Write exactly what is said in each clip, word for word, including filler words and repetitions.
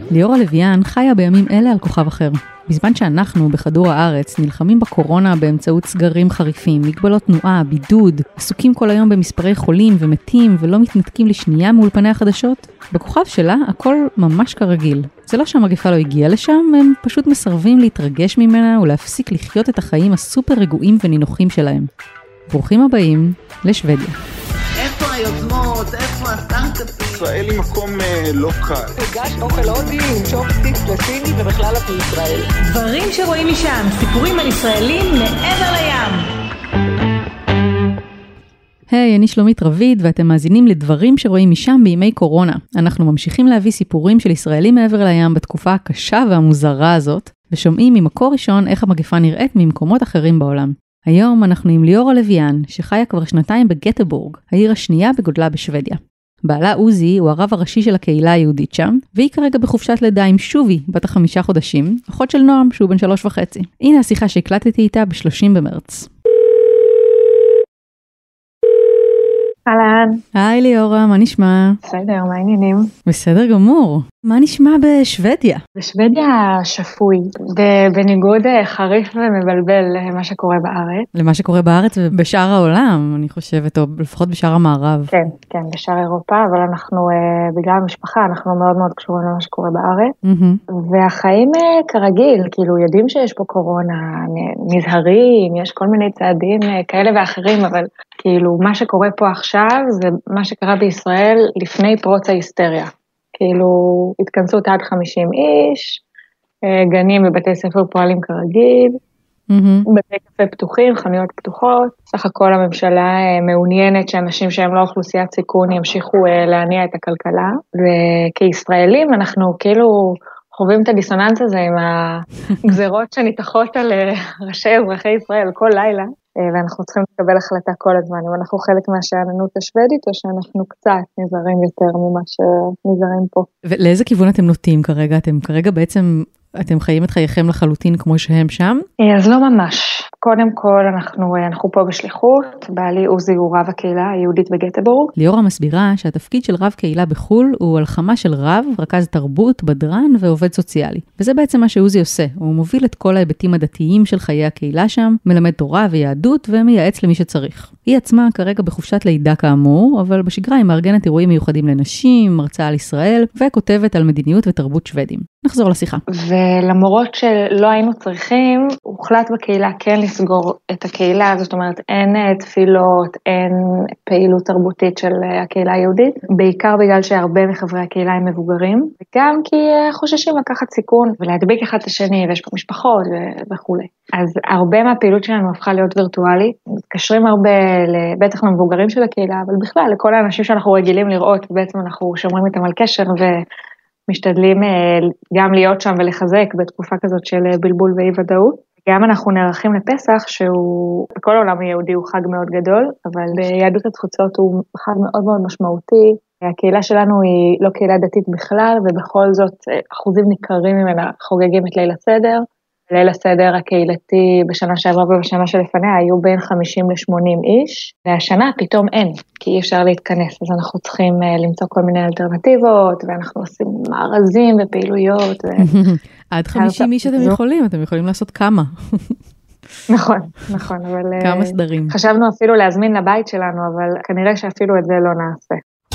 ליאורה לויאן חיה בימים אלה על כוכב אחר. בזמן שאנחנו בכדור הארץ נלחמים בקורונה באמצעות סגרים חריפים, מגבלות תנועה, בידוד, עסוקים כל היום במספרי חולים ומתים ולא מתנתקים לשנייה מאולפני החדשות, בכוכב שלה הכל ממש כרגיל. זה לא שהמגפה לא הגיעה לשם, הם פשוט מסרבים להתרגש ממנה ולהפסיק לחיות את החיים הסופר רגועים ונינוחים שלהם. ברוכים הבאים לשוודיה. איפה היוזמות? איפה הסטארט-אפים? ישראל היא מקום לא קל. הגש אוכל הודי עם צ'ופסטיקס לסיני ובכלל את ישראל. דברים שרואים משם, סיפורים על ישראלים מעבר לים. היי, אני שלומית רביד ואתם מאזינים לדברים שרואים משם בימי קורונה. אנחנו ממשיכים להביא סיפורים של ישראלים מעבר לים בתקופה הקשה והמוזרה הזאת, ושומעים ממקור ראשון איך המגפה נראית ממקומות אחרים בעולם. היום אנחנו עם ליאורה לויאן, שחיה כבר שנתיים בגטבורג, העיר השנייה בגודלה בשוודיה. בעלה עוזי הוא הרב הראשי של הקהילה היהודית שם, והיא כרגע בחופשת לידה עם שובי, בת החמישה חודשים, אחות של נועם שהוא בן שלוש וחצי. הנה השיחה שהקלטתי איתה ב-שלושים במרץ. אהלן. היי ליאורה, מה נשמע? בסדר, מה העניינים? בסדר גמור. מה נשמע בשוודיה? בשוודיה שפוי, בניגוד חריף ומבלבל למה שקורה בארץ. למה שקורה בארץ ובשאר העולם, אני חושבת, או לפחות בשאר המערב. כן, כן, בשאר אירופה, אבל אנחנו, בגלל המשפחה, אנחנו מאוד מאוד קשורים למה שקורה בארץ. Mm-hmm. והחיים כרגיל, כאילו יודעים שיש פה קורונה, נזהרים, יש כל מיני צעדים כאלה ואחרים, אבל כאילו מה שקורה פה עכשיו זה מה שקרה בישראל לפני פרוץ ההיסטריה. כאילו התכנסות עד חמישים איש, גנים ובתי ספר פועלים כרגיל, mm-hmm. בתי קפה פתוחים, חנויות פתוחות, סך הכל הממשלה מעוניינת שאנשים שהם לא אוכלוסיית סיכון ימשיכו להניע את הכלכלה, וכישראלים אנחנו כאילו חווים את הדיסוננס הזה עם הגזרות שניתחות על ראשי אזרחי ישראל כל לילה, ואנחנו צריכים לקבל החלטה כל הזמן, אם אנחנו חלק מהשאננות השוודית, או שאנחנו קצת נזהרים יותר ממה שנזהרים פה. ולאיזה כיוון אתם נוטים כרגע? אתם כרגע בעצם, אתם חיים את חייכם לחלוטין כמו שהם שם? אז לא ממש. קודם כל, אנחנו, אנחנו פה בשליחות, בעלי עוזי הוא רב הקהילה היהודית בגטבורג. ליאורה מסבירה שהתפקיד של רב קהילה בחול הוא הלחמה של רב, רכז תרבות, בדרן ועובד סוציאלי. וזה בעצם מה שעוזי עושה. הוא מוביל את כל ההיבטים הדתיים של חיי הקהילה שם, מלמד תורה ויהדות ומייעץ למי שצריך. היא עצמה כרגע בחופשת לידה כאמור, אבל בשגרה היא מארגנת אירועים מיוחדים לנשים, מרצה על ישראל, וכותבת על מדיניות ותרבות שוודים. נחזור לשיחה. ולמרות שלא היינו צריכים, הוחלט בקהילה כן לסגור את הקהילה, זאת אומרת אין תפילות, אין פעילות תרבותית של הקהילה היהודית, בעיקר בגלל שהרבה מחברי הקהילה הם מבוגרים, וגם כי חוששים לקחת סיכון ולהדביק אחד את השני, ויש פה משפחות וכו'. אז הרבה מהפעילות שלנו הפכה להיות וירטואלית, מתקשרים הרבה בטח למבוגרים של הקהילה, אבל בכלל לכל האנשים שאנחנו רגילים לראות, בעצם אנחנו שומרים איתם על קשר ו... משתדלים גם להיות שם ולחזק בתקופה כזאת של בלבול ואי ודאות. גם אנחנו נערכים לפסח שהוא, בכל העולם היהודי הוא חג מאוד גדול, אבל ביהדות התפוצות הוא חג מאוד מאוד משמעותי. הקהילה שלנו היא לא קהילה דתית בכלל, ובכל זאת אחוזים ניכרים ממנה חוגגים את ליל הסדר. ליל הסדר הקהילתי בשנה שעברה ובשנה שלפניה היו בין חמישים לשמונים איש, והשנה פתאום אין, כי אי אפשר להתכנס, אז אנחנו צריכים למצוא כל מיני אלטרנטיבות, ואנחנו עושים מארזים ופעילויות. עד חמישים איש אתם יכולים, אתם יכולים לעשות כמה. נכון, נכון, אבל... כמה סדרים. חשבנו אפילו להזמין לבית שלנו, אבל כנראה שאפילו את זה לא נעשה.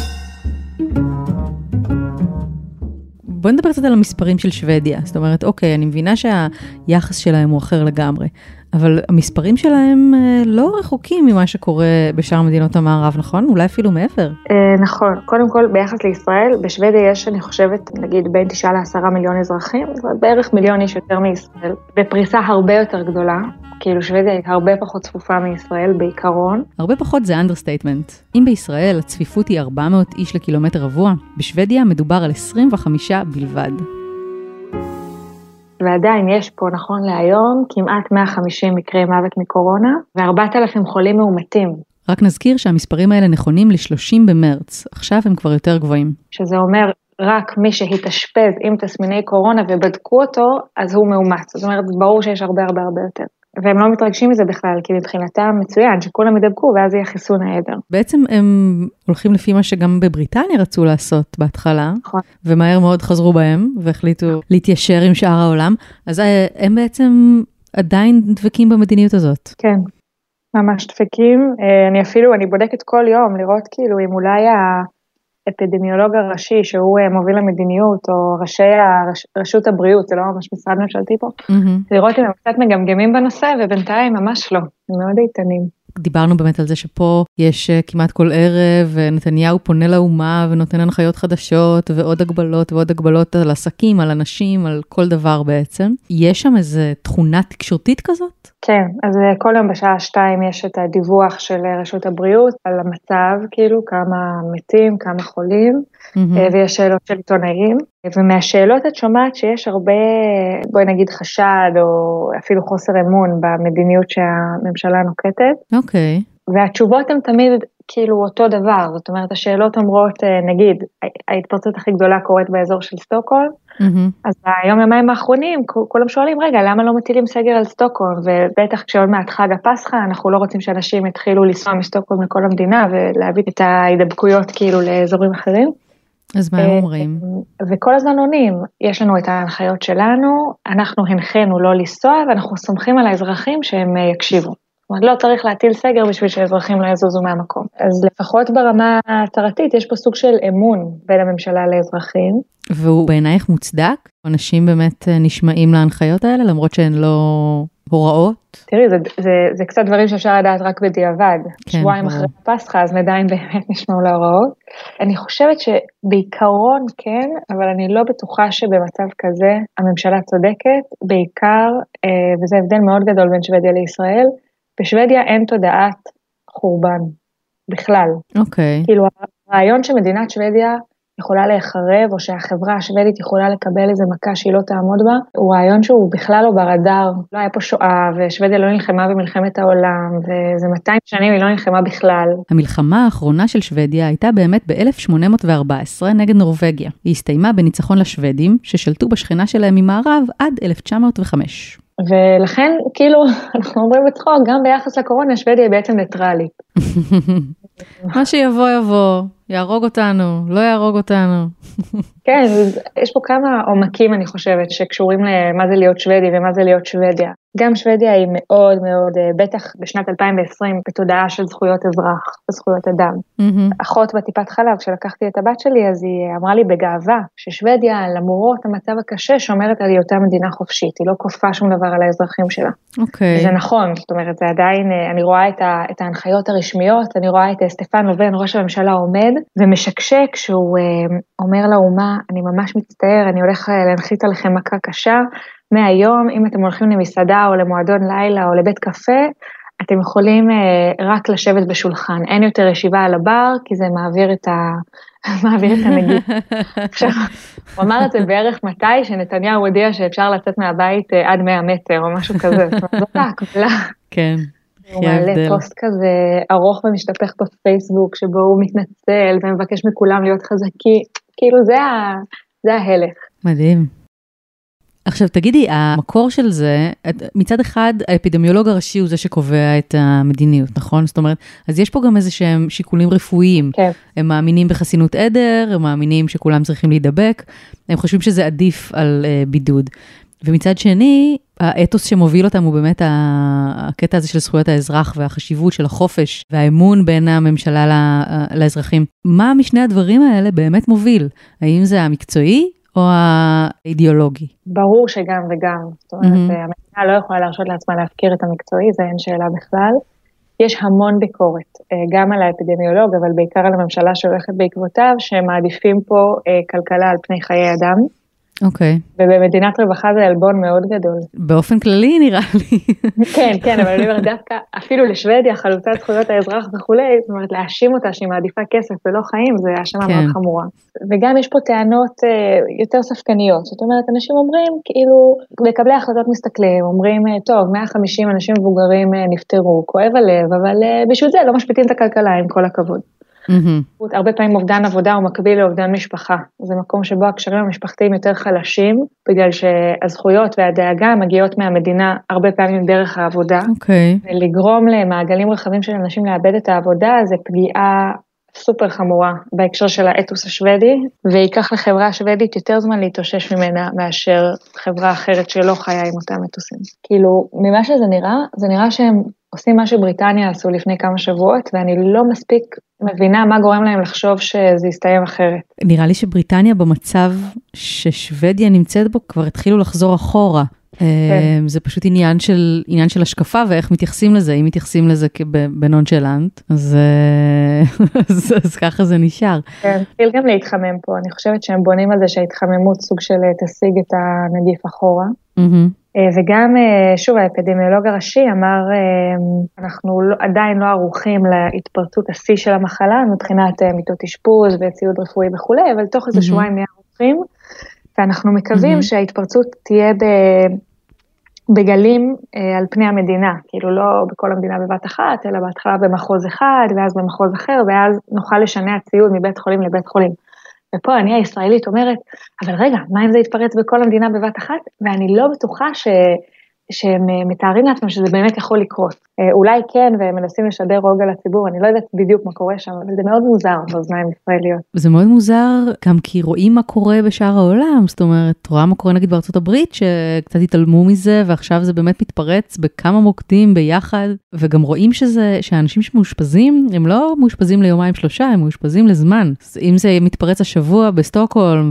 בוא נדבר קצת על המספרים של שוודיה. זאת אומרת, אוקיי, אני מבינה שהיחס שלהם הוא אחר לגמרי, אבל המספרים שלהם לא רחוקים ממה שקורה בשאר מדינות המערב, נכון? אולי אפילו מעבר. נכון. קודם כל, ביחס לישראל, בשוודיה יש, אני חושבת, נגיד, בין תשעה לעשרה מיליון אזרחים, בערך מיליון איש יותר מישראל, בפריסה הרבה יותר גדולה. כאילו שוודיה היא הרבה פחות צפופה מישראל בעיקרון. הרבה פחות זה אנדרסטייטמנט. אם בישראל הצפיפות היא ארבע מאות איש לקילומטר רבוע, בשוודיה מדובר על עשרים וחמישה בלבד. ועדיין יש פה נכון להיום כמעט מאה וחמישים מקרי מוות מקורונה, ו-ארבעת אלפים חולים מאומתים. רק נזכיר שהמספרים האלה נכונים ל-שלושים במרץ, עכשיו הם כבר יותר גבוהים. שזה אומר רק מי שהתאשפז עם תסמיני קורונה ובדקו אותו, אז הוא מאומץ. זאת אומרת, ברור שיש הרבה הרבה הרבה יותר. והם לא מתרגשים מזה בכלל, כי מבחינתם מצוין, שכולם ידבקו, ואז יהיה חיסון העדר. בעצם הם הולכים לפי מה שגם בבריטניה רצו לעשות בהתחלה, נכון. ומהר מאוד חזרו בהם, והחליטו להתיישר עם שאר העולם, אז הם בעצם עדיין דבקים במדיניות הזאת. כן, ממש דפקים. אני אפילו, אני בודקת כל יום, לראות כאילו אם אולי האפידמיולוג הראשי, שהוא מוביל המדיניות, או ראשי הרש, רשות הבריאות, זה לא ממש משרד ממשלתי פה, mm-hmm. לראות אם הם קצת מגמגמים בנושא, ובינתיים ממש לא, הם מאוד איתנים. דיברנו באמת על זה שפה יש כמעט כל ערב, נתניהו פונה לאומה ונותן הנחיות חדשות, ועוד הגבלות ועוד הגבלות על עסקים, על אנשים, על כל דבר בעצם. יש שם איזו תכונה תקשורתית כזאת? כן, אז כל יום בשעה שתיים יש את הדיווח של רשות הבריאות, על המצב, כאילו כמה מתים, כמה חולים, mm-hmm. ויש שאלות של עיתונאים, ומהשאלות את שומעת שיש הרבה, בואי נגיד חשד, או אפילו חוסר אמון במדיניות שהממשלה נוקטת. אוקיי. Okay. והתשובות הן תמיד כאילו אותו דבר, זאת אומרת, השאלות אומרות, נגיד, ההתפרצות הכי גדולה קורית באזור של סטוקהולם, mm-hmm. אז היום יומיים האחרונים, כולם שואלים, רגע, למה לא מטילים סגר על סטוקהולם? ובטח כשעוד מעט חג הפסחא, אנחנו לא רוצים שאנשים יתחילו לנסוע מסטוקהולם לכל המדינה, ולהביא את ההידבקויות כאילו לאזורים אחרים. אז מה הם אומרים? וכל הזמן עונים, יש לנו את ההנחיות שלנו, אנחנו הנחינו לא לנסוע, ואנחנו סומכים על האזרחים שהם יקשיבו. זאת אומרת, לא צריך להטיל סגר בשביל שאזרחים לא יזוזו מהמקום. אז לפחות ברמה הצהרתית, יש פה סוג של אמון בין הממשלה לאזרחים. והוא בעינייך מוצדק? אנשים באמת נשמעים להנחיות האלה, למרות שהן לא הוראות? תראי, זה, זה, זה קצת דברים שאפשר לדעת רק בדיעבד. כן, שבועיים אחרי הפסחא, אז נדע אם באמת נשמעו להוראות. אני חושבת שבעיקרון כן, אבל אני לא בטוחה שבמצב כזה הממשלה צודקת, בעיקר, וזה הבדל מאוד גדול בין שוודיה לישראל, בשוודיה אין תודעת חורבן, בכלל. אוקיי. Okay. כאילו, הרעיון שמדינת שוודיה יכולה להיחרב, או שהחברה השוודית יכולה לקבל איזה מכה שהיא לא תעמוד בה, הוא רעיון שהוא בכלל לא ברדאר, לא היה פה שואה, ושוודיה לא נלחמה במלחמת העולם, וזה מאתיים שנים היא לא נלחמה בכלל. המלחמה האחרונה של שוודיה הייתה באמת ב-אלף שמונה מאות וארבע עשרה נגד נורווגיה. היא הסתיימה בניצחון לשוודים, ששלטו בשכנה שלהם ממערב עד אלף תשע מאות וחמש. ולכן, כאילו, אנחנו אומרים בצחוק, גם ביחס לקורונה, שוודיה היא בעצם ניטרלית. מה שיבוא יבוא, יהרוג אותנו, לא יהרוג אותנו. כן, יש פה כמה עומקים, אני חושבת, שקשורים למה זה להיות שוודי ומה זה להיות שוודיה. גם שוודיה היא מאוד מאוד, בטח בשנת אלפיים ועשרים, בתודעה של זכויות אזרח וזכויות אדם. Mm-hmm. אחות בטיפת חלב, כשלקחתי את הבת שלי, אז היא אמרה לי בגאווה, ששוודיה, למרות המצב הקשה, שומרת על היותה מדינה חופשית, היא לא כופה שום דבר על האזרחים שלה. אוקיי. Okay. זה נכון, זאת אומרת, זה עדיין, אני רואה את, ה, את ההנחיות הרשמיות, אני רואה את סטפן לובן, ראש הממשלה עומד, ומשקשק שהוא אומר לאומה, אני ממש מצטער, אני הולך להנחית עליכם מכה קשה, מהיום, אם אתם הולכים למסעדה או למועדון לילה או לבית קפה, אתם יכולים אה, רק לשבת בשולחן. אין יותר ישיבה על הבר, כי זה מעביר את, ה... מעביר את הנגיף. עכשיו, הוא אמר את זה בערך מתי שנתניהו הודיע שאפשר לצאת מהבית אה, עד מאה מטר או משהו כזה. זאת אומרת, זאת ההקבלה. כן. הוא מעלה פוסט כזה ארוך ומשתפך בפייסבוק, שבו הוא מתנצל ומבקש מכולם להיות חזקי. כאילו זה, ה... זה ההלך. מדהים. עכשיו תגידי, המקור של זה, מצד אחד האפידמיולוג הראשי הוא זה שקובע את המדיניות, נכון? זאת אומרת, אז יש פה גם איזה שהם שיקולים רפואיים. כן. הם מאמינים בחסינות עדר, הם מאמינים שכולם צריכים להידבק, הם חושבים שזה עדיף על uh, בידוד. ומצד שני, האתוס שמוביל אותם הוא באמת הקטע הזה של זכויות האזרח והחשיבות של החופש והאמון בין הממשלה לאזרחים. מה משני הדברים האלה באמת מוביל? האם זה המקצועי? או האידיאולוגי? ברור שגם וגם. זאת אומרת, mm-hmm. המדינה לא יכולה להרשות לעצמה להפקיר את המקצועי, זה אין שאלה בכלל. יש המון ביקורת, גם על האפידמיולוג, אבל בעיקר על הממשלה שהולכת בעקבותיו, שמעדיפים פה כלכלה על פני חיי אדם. אוקיי. ובמדינת רווחה זה אלבון מאוד גדול. באופן כללי נראה לי. כן, כן, אבל אני אומרת דווקא, אפילו לשוודיה, חלוצת זכויות האזרח וכולי, זאת אומרת, להאשים אותה שהיא מעדיפה כסף ולא חיים, זה האשמה מאוד חמורה. וגם יש פה טענות יותר ספקניות, זאת אומרת, אנשים אומרים, כאילו, מקבלי החלטות מסתכלים, אומרים, טוב, מאה וחמישים אנשים מבוגרים נפטרו, כואב הלב, אבל בשביל זה לא משפיטים את הכלכלה עם כל הכבוד. Mm-hmm. הרבה פעמים אובדן עבודה הוא מקביל לאובדן משפחה. זה מקום שבו הקשרים המשפחתיים יותר חלשים, בגלל שהזכויות והדאגה מגיעות מהמדינה הרבה פעמים דרך העבודה. אוקיי. Okay. ולגרום למעגלים רחבים של אנשים לאבד את העבודה, זה פגיעה סופר חמורה בהקשר של האתוס השוודי, ויקח לחברה השוודית יותר זמן להתאושש ממנה מאשר חברה אחרת שלא חיה עם אותם אתוסים. כאילו, ממה שזה נראה, זה נראה שהם עושים מה שבריטניה עשו לפני כמה שבועות, ואני לא מספיק מבינה מה גורם להם לחשוב שזה יסתיים אחרת. נראה לי שבריטניה במצב ששוודיה נמצאת בו, כבר התחילו לחזור אחורה. כן. זה פשוט עניין של, עניין של השקפה, ואיך מתייחסים לזה, אם מתייחסים לזה בנונשלנט, אז, אז, אז ככה זה נשאר. כן, התחיל גם להתחמם פה, אני חושבת שהם בונים על זה שההתחממות סוג של תשיג את הנגיף אחורה, mm-hmm. וגם, שוב, האפידמיולוג הראשי אמר, אנחנו לא, עדיין לא ערוכים להתפרצות השיא של המחלה, מבחינת מיטות אשפוז וציוד רפואי וכו', אבל תוך איזה mm-hmm. שבועיים נהיה ערוכים, ואנחנו מקווים mm-hmm. שההתפרצות תהיה בגלים על פני המדינה, כאילו לא בכל המדינה בבת אחת, אלא בהתחלה במחוז אחד, ואז במחוז אחר, ואז נוכל לשנע ציוד מבית חולים לבית חולים. ופה אני הישראלית אומרת, אבל רגע, מה אם זה יתפרץ בכל המדינה בבת אחת? ואני לא בטוחה ש... שהם מתארים לעצמם שזה באמת יכול לקרות. אולי כן, והם מנסים לשדר רוגע לציבור, אני לא יודעת בדיוק מה קורה שם, אבל זה מאוד מוזר באוזניים ישראליות. זה מאוד מוזר, גם כי רואים מה קורה בשאר העולם, זאת אומרת, רואה מה קורה נגיד בארצות הברית, שקצת התעלמו מזה, ועכשיו זה באמת מתפרץ בכמה מוקדים ביחד, וגם רואים שזה, שהאנשים שמאושפזים, הם לא מאושפזים ליומיים שלושה, הם מאושפזים לזמן. אם זה מתפרץ השבוע בסטוקהולם,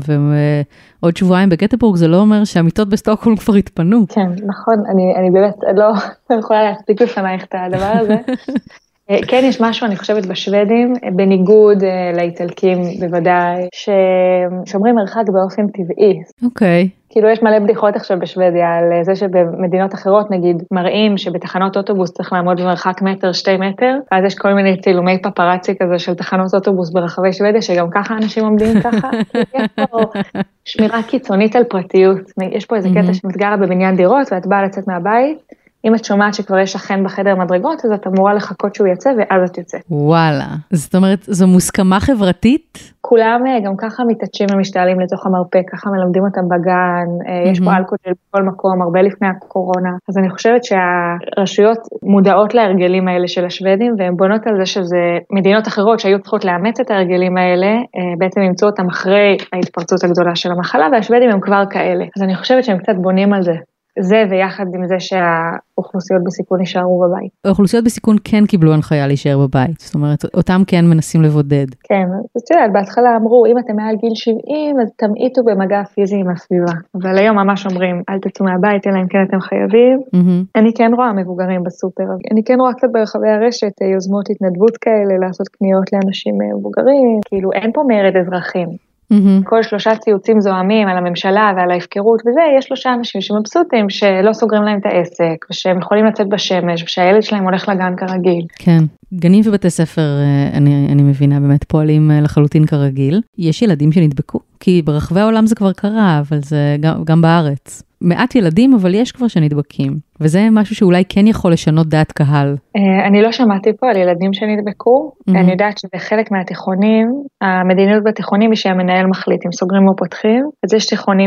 ועוד שבועיים בגטבורג, זה לא אומר שהמיטות בסטוקהולם כבר התפנו. כן, נכון, אני, אני באמת לא יכולה להספיק לפנייך את הדבר הזה. כן, יש משהו, אני חושבת, בשוודים, בניגוד לאיטלקים בוודאי, ששומרים מרחק באופן טבעי. אוקיי. כאילו יש מלא בדיחות עכשיו בשוודיה, על זה שבמדינות אחרות, נגיד, מראים שבתחנות אוטובוס צריך לעמוד במרחק מטר, שתי מטר, אז יש כל מיני צילומי פפרצי כזה של תחנות אוטובוס ברחבי שוודיה, שגם ככה אנשים עומדים ככה. יש פה שמירה קיצונית על פרטיות. יש פה איזה קטע שאת גרה בבניין דירות, ואת באה לצאת מהבית, אם את שומעת שכבר יש שכן בחדר מדרגות, אז את אמורה לחכות שהוא יצא, ואז את יוצאת. וואלה. זאת אומרת, זו מוסכמה חברתית? כולם גם ככה מתעטשים ומשתעלים לתוך המרפק, ככה מלמדים אותם בגן, יש פה אלכוהול בכל מקום, הרבה לפני הקורונה. אז אני חושבת שהרשויות מודעות להרגלים האלה של השוודים, והן בונות על זה שזה מדינות אחרות שהיו צריכות לאמץ את ההרגלים האלה, בעצם ימצאו אותם אחרי ההתפרצות הגדולה של המחלה, והשוודים הם כבר כאלה. אז אני חושבת שהם קצת בונים על זה. זה ויחד עם זה שהאוכלוסיות בסיכון יישארו בבית. האוכלוסיות בסיכון כן קיבלו הנחיה להישאר בבית, זאת אומרת, אותם כן מנסים לבודד. כן, אז תראה, בהתחלה אמרו, אם אתם מעל גיל שבעים, אז תמעיטו במגע פיזי עם הסביבה. אבל היום ממש אומרים, אל תצאו מהבית, אלא אם כן אתם חייבים. Mm-hmm. אני כן רואה מבוגרים בסופר, אני כן רואה קצת ברחבי הרשת, יוזמות התנדבות כאלה, לעשות קניות לאנשים מבוגרים, כאילו אין פה מרד אזרחים. Mm-hmm. כל שלושה ציוצים זוהמים על הממשלה ועל ההפקרות וזה, יש שלושה אנשים שמבסוטים שלא סוגרים להם את העסק, ושהם יכולים לצאת בשמש, ושהילד שלהם הולך לגן כרגיל. כן, גנים ובתי ספר, אני, אני מבינה, באמת פועלים לחלוטין כרגיל. יש ילדים שנדבקו, כי ברחבי העולם זה כבר קרה, אבל זה גם, גם בארץ. מעט ילדים, אבל יש כבר שנדבקים. וזה משהו שאולי כן יכול לשנות דעת קהל. אני לא שמעתי פה על ילדים שנדבקו. אני יודעת שבחלק מהתיכונים, המדיניות בתיכונים היא שהמנהל מחליט אם סוגרים או פותחים. אז יש תיכונים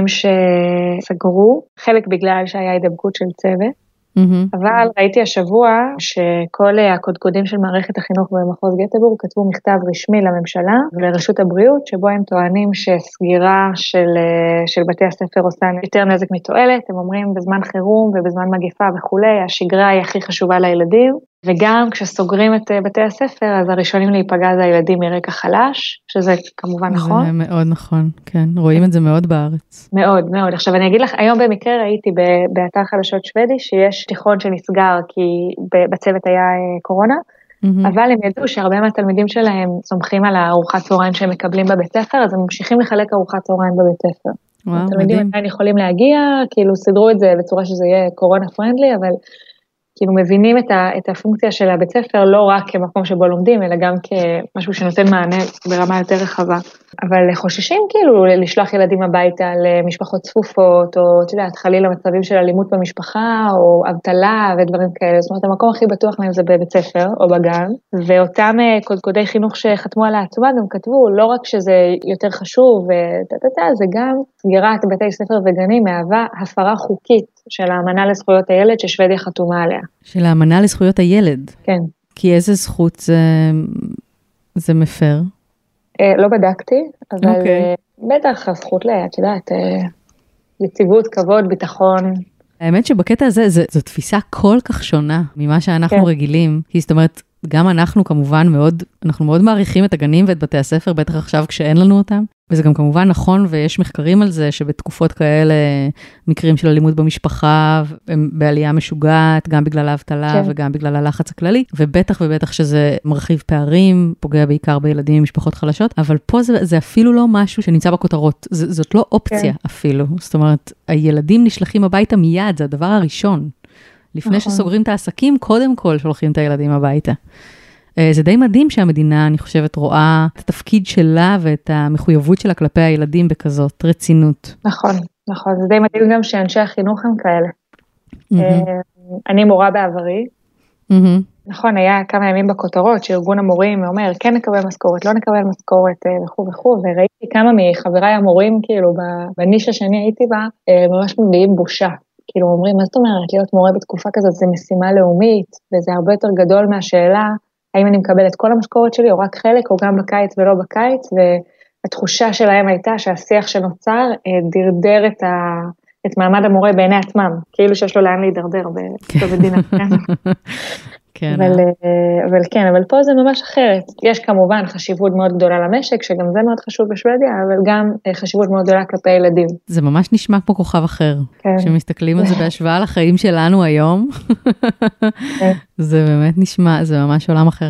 שסגרו, חלק בגלל שהיה הידבקות של צוות. אבל ראיתי השבוע שכל הקודקודים של מערכת החינוך במחוז גטבורג כתבו מכתב רשמי לממשלה ולרשות הבריאות, שבו הם טוענים שסגירה של, של בתי הספר עושה יותר נזק מתועלת. הם אומרים בזמן חירום ובזמן מגפה וכולי, השגרה היא הכי חשובה לילדים, וגם כשסוגרים את בתי הספר, אז הראשונים להיפגע זה הילדים מרקע חלש, שזה כמובן נכון. זה מאוד נכון, כן, רואים את זה מאוד בארץ. מאוד, מאוד. עכשיו אני אגיד לך, היום במקרה ראיתי באתר חדשות שוודי, שיש תיכון שנסגר, כי בצוות היה קורונה, אבל הם ידעו שהרבה מהתלמידים שלהם סומכים על הארוחת צהריים שהם מקבלים בבית ספר, אז הם ממשיכים לחלק ארוחת צהריים בבית ספר. וואו, התלמידים עדיין יכולים להגיע, כאילו סידרו את זה בצורה שזה יהיה קורונה פרנדלי, אבל כאילו מבינים את, ה, את הפונקציה של הבית ספר, לא רק כמקום שבו לומדים, אלא גם כמשהו שנותן מענה ברמה יותר רחבה. אבל חוששים כאילו לשלוח ילדים הביתה למשפחות צפופות, או אתה יודע, חלילה מצבים של אלימות במשפחה, או אבטלה ודברים כאלה. זאת אומרת, המקום הכי בטוח מהם זה בבית ספר או בגן, ואותם קודקודי חינוך שחתמו על העצומה, הם כתבו לא רק שזה יותר חשוב, זה גם סגירת בתי ספר וגנים מהווה הפרה חוקית של האמנה לזכויות הילד ששוודיה חתומה עליה. של האמנה לזכויות הילד? כן. כי איזה זכות זה, זה מפר? לא בדקתי, אבל בטח הזכות לה, את יודעת, יציבות, כבוד, ביטחון. האמת שבקטע הזה, זו תפיסה כל כך שונה ממה שאנחנו רגילים. כי זאת אומרת, גם אנחנו כמובן מאוד, אנחנו מאוד מעריכים את הגנים ואת בתי הספר, בטח עכשיו כשאין לנו אותם. וזה גם כמובן נכון, ויש מחקרים על זה, שבתקופות כאלה, מקרים של אלימות במשפחה, הם בעלייה משוגעת, גם בגלל האבטלה כן. וגם בגלל הלחץ הכללי, ובטח ובטח שזה מרחיב פערים, פוגע בעיקר בילדים ממשפחות חלשות, אבל פה זה, זה אפילו לא משהו שנמצא בכותרות, ז, זאת לא אופציה כן. אפילו, זאת אומרת, הילדים נשלחים הביתה מיד, זה הדבר הראשון. לפני נכון. שסוגרים את העסקים, קודם כל שולחים את הילדים הביתה. זה די מדהים שהמדינה, אני חושבת, רואה את התפקיד שלה ואת המחויבות שלה כלפי הילדים בכזאת רצינות. נכון, נכון. זה די מדהים גם שאנשי החינוך הם כאלה. אני מורה בעברי. נכון, היה כמה ימים בכותרות שארגון המורים אומר, כן נקבל משכורת, לא נקבל משכורת וכו' וכו', וראיתי כמה מחבריי המורים, כאילו, בנישה שאני הייתי בה, ממש מביעים בושה. כאילו אומרים, מה זאת אומרת, להיות מורה בתקופה כזאת, זה משימה לאומית, וזה הרבה יותר גדול מהשאלה, האם אני מקבל את כל המשכורת שלי, או רק חלק, או גם בקיץ ולא בקיץ, והתחושה שלהם הייתה שהשיח שנוצר, דרדר את, ה... את מעמד המורה בעיני עצמם, כאילו שיש לו לאן להידרדר במדינה. כן. אבל, אבל כן, אבל פה זה ממש אחרת. יש כמובן חשיבות מאוד גדולה למשק, שגם זה מאוד חשוב בשוודיה, אבל גם חשיבות מאוד גדולה כלפי ילדים. זה ממש נשמע כמו כוכב אחר. כן. כשמסתכלים על זה בהשוואה לחיים שלנו היום, כן. זה באמת נשמע, זה ממש עולם אחר.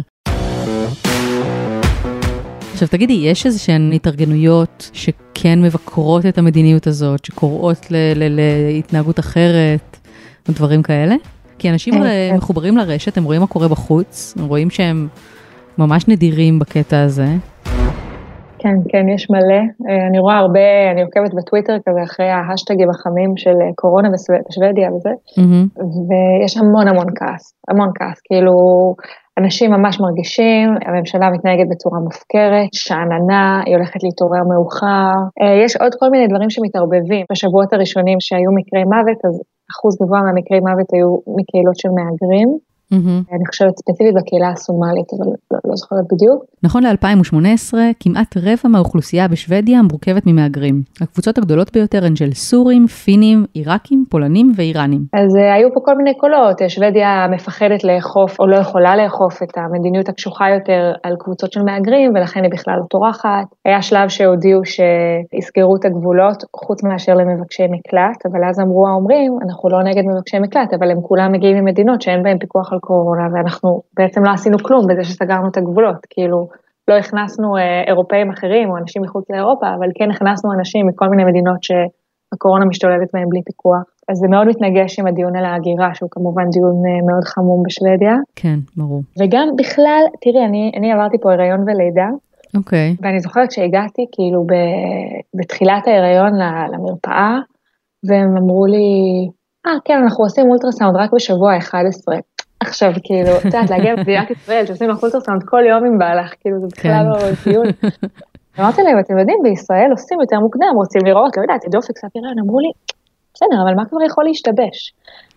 עכשיו תגידי, יש איזושהי התארגנויות שכן מבקרות את המדיניות הזאת, שקוראות להתנהגות אחרת, ודברים כאלה? כי אנשים מחוברים לרשת, הם רואים מה קורה בחוץ, הם רואים שהם ממש נדירים בקטע הזה. כן, כן, יש מלא. אני רואה הרבה, אני עוקבת בטוויטר כזה אחרי ההשטגים החמים של קורונה בשוודיה וזה, ויש המון המון כעס, המון כעס, כאילו אנשים ממש מרגישים, הממשלה מתנהגת בצורה מופקרת, שעננה, היא הולכת להתעורר מאוחר, יש עוד כל מיני דברים שמתערבבים. בשבועות הראשונים שהיו מקרי מוות, אז אחוז גבוה מהמקרי מוות היו מקהילות של מהגרים, Mm-hmm. אני חושבת ספציפית בקהילה הסומלית, אבל לא, לא זוכרת בדיוק. נכון ל-אלפיים שמונה עשרה, כמעט רבע מהאוכלוסייה בשוודיה מורכבת ממהגרים. הקבוצות הגדולות ביותר הן של סורים, פינים, עיראקים, פולנים ואיראנים. אז uh, היו פה כל מיני קולות, שוודיה מפחדת לאכוף או לא יכולה לאכוף את המדיניות הקשוחה יותר על קבוצות של מהגרים, ולכן היא בכלל לא טורחת. היה שלב שהודיעו שיסגרו את הגבולות, חוץ מאשר למבקשי מקלט, אבל אז אמרו האומרים, אנחנו לא נגד מבקשי מקלט, אבל הם כולם מגיעים ממדינות שאין בהם פיקוח על קורונה, ואנחנו בעצם לא עשינו כלום בזה שסגרנו את הגבולות, כאילו לא הכנסנו אירופאים אחרים או אנשים מחוץ לאירופה, אבל כן הכנסנו אנשים מכל מיני מדינות שהקורונה משתוללת מהם בלי פיקוח. אז זה מאוד מתנגש עם הדיון על ההגירה, שהוא כמובן דיון מאוד חמום בשוודיה. כן, ברור. וגם בכלל, תראי, אני, אני עברתי פה הריון ולידה, אוקיי. ואני זוכרת שהגעתי כאילו ב, בתחילת ההיריון למרפאה, והם אמרו לי, אה, כן, אנחנו עושים אולטרסאונד רק בשבוע אחד עשרה. עכשיו, כאילו, את יודעת, להגיע במדינת ישראל, שעושים לך אולטרסאונד כל יום עם בעלך, כאילו, זה בכלל לא דיון. אמרתי להם, אתם יודעים, בישראל עושים יותר מוקדם, רוצים לראות, לא יודעת, דופק ספירן, אמרו לי, בסדר, אבל מה כבר יכול להשתבש?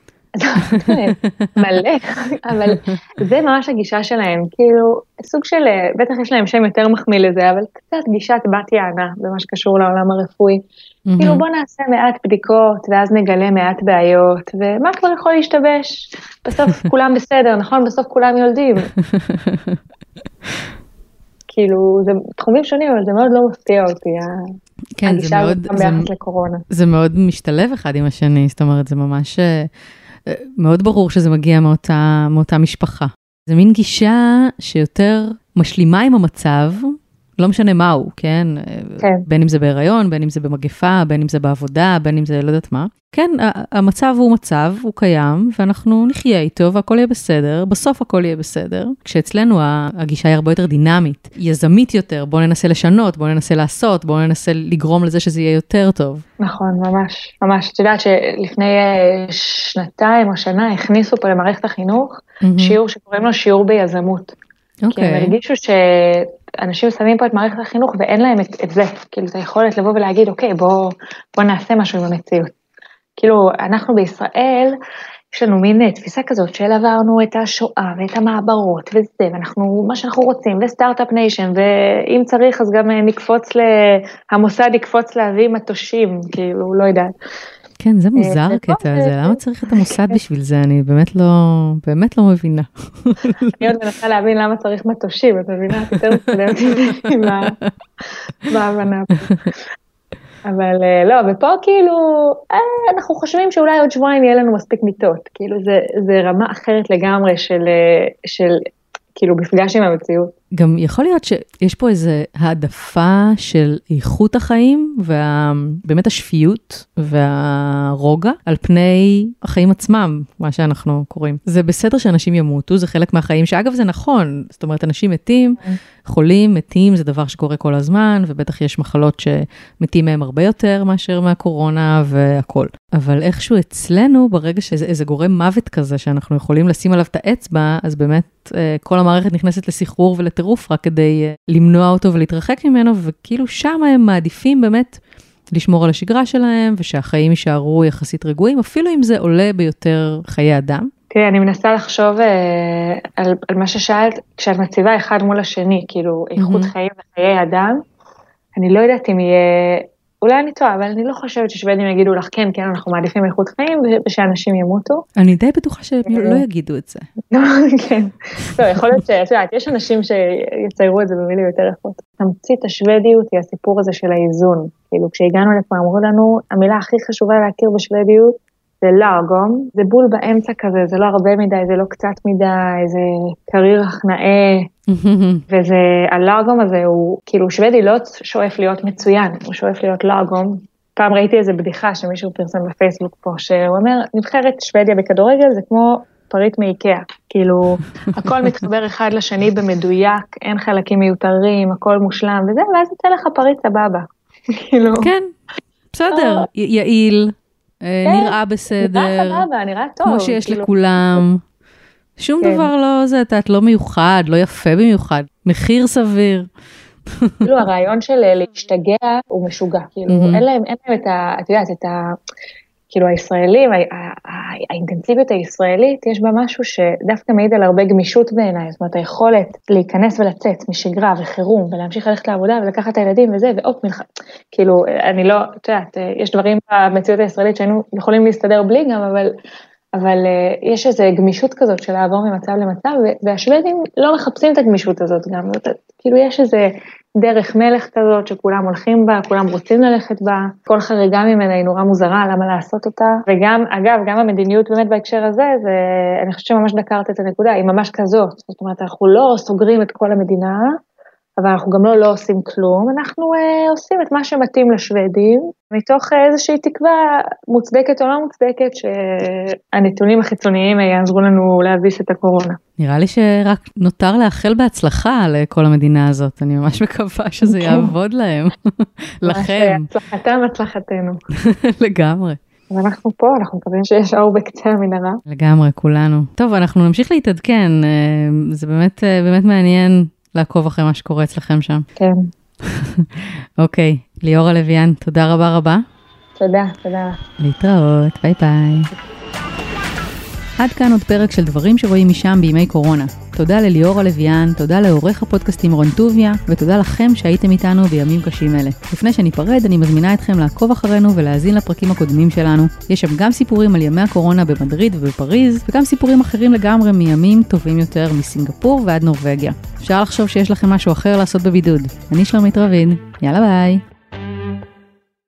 מלא, אבל זה ממש הגישה שלהם, כאילו, סוג של, בטח יש להם שם יותר מחמיא לזה, אבל קצת גישת בת יענה, במה שקשור לעולם הרפואי. כאילו בוא נעשה מעט בדיקות, ואז נגלה מעט בעיות, ומה כבר יכול להשתבש? בסוף כולם בסדר, נכון? בסוף כולם יולדים. כאילו, זה תחומים שונים, אבל זה מאוד לא מפתיע אותי, הגישה הזאת גם ביחס לקורונה. זה מאוד משתלב אחד עם השני, זאת אומרת, זה ממש מאוד ברור שזה מגיע מאותה משפחה. זה מין גישה שיותר משלימה עם המצב, לא משנה מהו, כן? כן. בין אם זה בהיריון, בין אם זה במגפה, בין אם זה בעבודה, בין אם זה לא יודעת מה. כן, המצב הוא מצב, הוא קיים, ואנחנו נחיה איתו, והכל יהיה בסדר, בסוף הכל יהיה בסדר. כשאצלנו הגישה היא הרבה יותר דינמית, יזמית יותר, בואו ננסה לשנות, בואו ננסה לעשות, בואו ננסה לגרום לזה שזה יהיה יותר טוב. נכון, ממש, ממש. את יודעת שלפני שנתיים או שנה הכניסו פה למערכת החינוך, שיעור שקוראים לו שיעור ביזמות. כי הם הרגישו שאנשים שמים פה את מערכת החינוך ואין להם את, את זה, כאילו את היכולת לבוא ולהגיד, אוקיי, בוא, בוא נעשה משהו עם המציאות. כאילו, אנחנו בישראל, יש לנו מין תפיסה כזאת של עברנו את השואה ואת המעברות וזה, ואנחנו, מה שאנחנו רוצים, וסטארט-אפ ניישן, ואם צריך אז גם נקפוץ, המוסד יקפוץ להביא מטושים, כאילו, לא יודעת. כן, זה מוזר הקטע הזה, למה צריך את המוסד בשביל זה? אני באמת לא, באמת לא מבינה. אני עוד מנסה להבין למה צריך מטושים, את מבינה? יותר מסתדרת עם ההבנה. אבל לא, ופה כאילו, אנחנו חושבים שאולי עוד שבועיים יהיה לנו מספיק מיטות, כאילו זה רמה אחרת לגמרי של כאילו מפגש עם המציאות. גם יכול להיות שיש פה איזו העדפה של איכות החיים, ובאמת השפיות והרוגע, על פני החיים עצמם, מה שאנחנו קוראים. זה בסדר שאנשים ימותו, זה חלק מהחיים, שאגב זה נכון, זאת אומרת, אנשים מתים, חולים, מתים, זה דבר שקורה כל הזמן, ובטח יש מחלות שמתים מהם הרבה יותר מאשר מהקורונה והכל. אבל איכשהו אצלנו, ברגע שאיזה גורם מוות כזה, שאנחנו יכולים לשים עליו את האצבע, אז באמת כל המערכת נכנסת לסחרור ולטירוף, רק כדי למנוע אותו ולהתרחק ממנו, וכאילו שם הם מעדיפים באמת לשמור על השגרה שלהם, ושהחיים יישארו יחסית רגועים, אפילו אם זה עולה ביותר חיי אדם. תראי, אני מנסה לחשוב אה, על, על מה ששאלת, כשאת מציבה אחד מול השני, כאילו איכות mm-hmm. חיים וחיי אדם, אני לא יודעת אם יהיה, אולי אני טועה, אבל אני לא חושבת ששוודים יגידו לך, כן, כן, אנחנו מעדיפים איכות חיים, ושאנשים ימותו. אני די בטוחה שהם לא יגידו את זה. כן, לא, יכול להיות שאת יודעת, יש אנשים שיציירו את זה במילים יותר יפות. תמצית השוודיות היא הסיפור הזה של האיזון, כאילו כשהגענו לפה אמרו לנו, המילה הכי חשובה להכיר בשוודיות, זה לארגום, זה בול באמצע כזה, זה לא הרבה מדי, זה לא קצת מדי, זה קריר הכנאה, וזה, הלארגום הזה הוא, כאילו שוודי לא שואף להיות מצוין, הוא שואף להיות לארגום. פעם ראיתי איזה בדיחה שמישהו פרסם בפייסבוק פה, שהוא אומר, נבחרת שוודיה בכדורגל זה כמו פריט מאיקאה, כאילו הכל מתחבר אחד לשני במדויק, אין חלקים מיותרים, הכל מושלם, וזה, ואז יצא לך פריט סבבה. כאילו. כן, בסדר, יעיל. נראה בסדר, נראה סבבה, נראה טוב. כמו שיש לכולם. שום דבר לא זה, את לא מיוחד, לא יפה במיוחד. מחיר סביר. כאילו הרעיון של להשתגע הוא משוגע. כאילו אין להם את ה... את יודעת, את ה... כאילו הישראלים, האינטנסיביות הישראלית, יש בה משהו שדווקא מעיד על הרבה גמישות בעיניי. זאת אומרת, היכולת להיכנס ולצאת משגרה וחירום, ולהמשיך ללכת לעבודה ולקחת את הילדים וזה, ואופ, כאילו, אני לא, את יודעת, יש דברים במציאות הישראלית שהיינו יכולים להסתדר בלי גם, אבל, אבל יש איזו גמישות כזאת של לעבור ממצב למצב, והשוודים לא מחפשים את הגמישות הזאת גם, כאילו יש איזה דרך מלך כזאת שכולם הולכים בה, כולם רוצים ללכת בה, כל חריגה ממנה היא נורא מוזרה, למה לעשות אותה, וגם, אגב, גם המדיניות באמת בהקשר הזה, זה, אני חושבת שממש דקרת את הנקודה, היא ממש כזאת, זאת אומרת, אנחנו לא סוגרים את כל המדינה, אבל אנחנו גם לא לא עושים כלום, אנחנו אה, עושים את מה שמתאים לשוודים, מתוך איזושהי תקווה מוצדקת או לא מוצדקת, שהנתונים החיצוניים יעזרו לנו להביס את הקורונה. נראה לי שרק נותר לאחל בהצלחה לכל המדינה הזאת, אני ממש מקווה שזה יעבוד להם, לכם. הצלחתם, הצלחתנו. לגמרי. ואנחנו פה, אנחנו מקווים שיש אור בקצה המנהרה. לגמרי, כולנו. טוב, אנחנו נמשיך להתעדכן, זה באמת, באמת מעניין. לעקוב אחרי מה שקורה אצלכם שם. כן. אוקיי, ליאורה לויאן, תודה רבה רבה. תודה, תודה. להתראות, ביי ביי. עד כאן עוד פרק של דברים שרואים משם בימי קורונה. תודה לליאורה לויאן, תודה לעורך הפודקאסטים רון טוביה, ותודה לכם שהייתם איתנו בימים קשים אלה. לפני שניפרד, אני מזמינה אתכם לעקוב אחרינו ולהאזין לפרקים הקודמים שלנו. יש שם גם סיפורים על ימי הקורונה במדריד ובפריז, וגם סיפורים אחרים לגמרי מימים טובים יותר מסינגפור ועד נורווגיה. אפשר לחשוב שיש לכם משהו אחר לעשות בבידוד. אני שלומית רביד, יאללה ביי.